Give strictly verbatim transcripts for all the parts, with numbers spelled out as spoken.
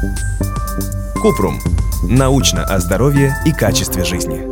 Купрум. Научно о здоровье и качестве жизни.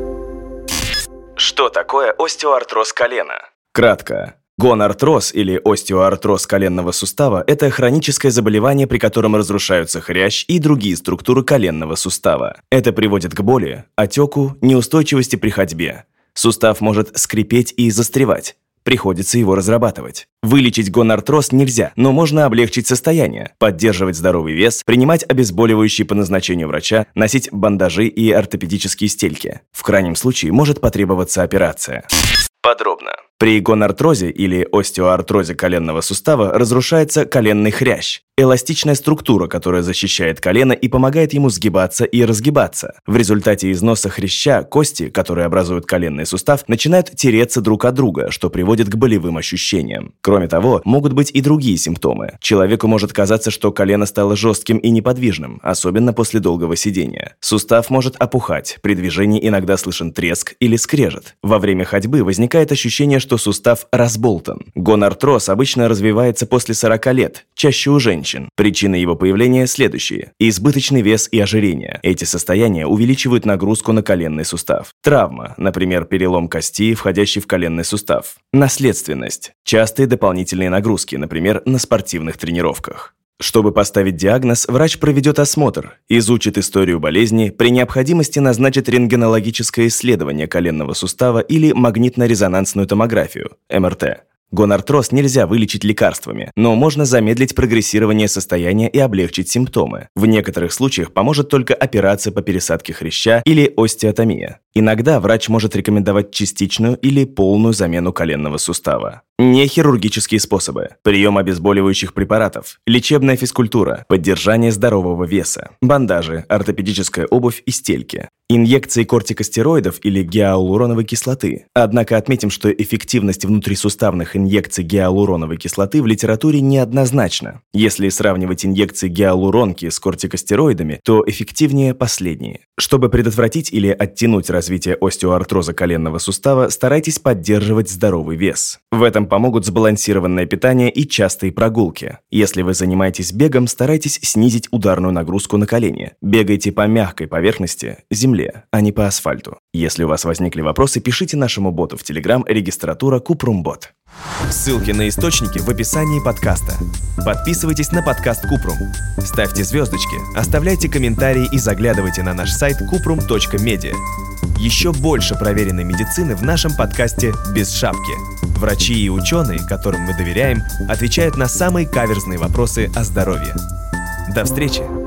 Что такое остеоартроз колена? Кратко. Гонартроз или остеоартроз коленного сустава – это хроническое заболевание, при котором разрушаются хрящ и другие структуры коленного сустава. Это приводит к боли, отеку, неустойчивости при ходьбе. Сустав может скрипеть и застревать. Приходится его разрабатывать. Вылечить гонартроз нельзя, но можно облегчить состояние, поддерживать здоровый вес, принимать обезболивающие по назначению врача, носить бандажи и ортопедические стельки. В крайнем случае может потребоваться операция. Подробно. При гонартрозе или остеоартрозе коленного сустава разрушается коленный хрящ – эластичная структура, которая защищает колено и помогает ему сгибаться и разгибаться. В результате износа хряща кости, которые образуют коленный сустав, начинают тереться друг от друга, что приводит к болевым ощущениям. Кроме того, могут быть и другие симптомы. Человеку может казаться, что колено стало жестким и неподвижным, особенно после долгого сидения. Сустав может опухать, при движении иногда слышен треск или скрежет. Во время ходьбы возникает ощущение, что что сустав разболтан. Гонартроз обычно развивается после сорока лет, чаще у женщин. Причины его появления следующие. Избыточный вес и ожирение. Эти состояния увеличивают нагрузку на коленный сустав. Травма, например, перелом кости, входящий в коленный сустав. Наследственность. Частые дополнительные нагрузки, например, на спортивных тренировках. Чтобы поставить диагноз, врач проведет осмотр, изучит историю болезни, при необходимости назначит рентгенологическое исследование коленного сустава или магнитно-резонансную томографию, эм эр тэ. Гонартроз нельзя вылечить лекарствами, но можно замедлить прогрессирование состояния и облегчить симптомы. В некоторых случаях поможет только операция по пересадке хряща или остеотомия. Иногда врач может рекомендовать частичную или полную замену коленного сустава. Нехирургические способы. Прием обезболивающих препаратов, лечебная физкультура, поддержание здорового веса, бандажи, ортопедическая обувь и стельки, инъекции кортикостероидов или гиалуроновой кислоты. Однако отметим, что эффективность внутрисуставных инъекций гиалуроновой кислоты в литературе неоднозначна. Если сравнивать инъекции гиалуронки с кортикостероидами, то эффективнее последние. Чтобы предотвратить или оттянуть развитие остеоартроза коленного сустава, старайтесь поддерживать здоровый вес. В этом помогут сбалансированное питание и частые прогулки. Если вы занимаетесь бегом, старайтесь снизить ударную нагрузку на колени. Бегайте по мягкой поверхности, земле, а не по асфальту. Если у вас возникли вопросы, пишите нашему боту в Telegram регистратура Купрумбот. Ссылки на источники в описании подкаста. Подписывайтесь на подкаст Купрум. Ставьте звездочки, оставляйте комментарии и заглядывайте на наш сайт купрум точка медиа. Еще больше проверенной медицины в нашем подкасте «Без шапки». Врачи и ученые, которым мы доверяем, отвечают на самые каверзные вопросы о здоровье. До встречи!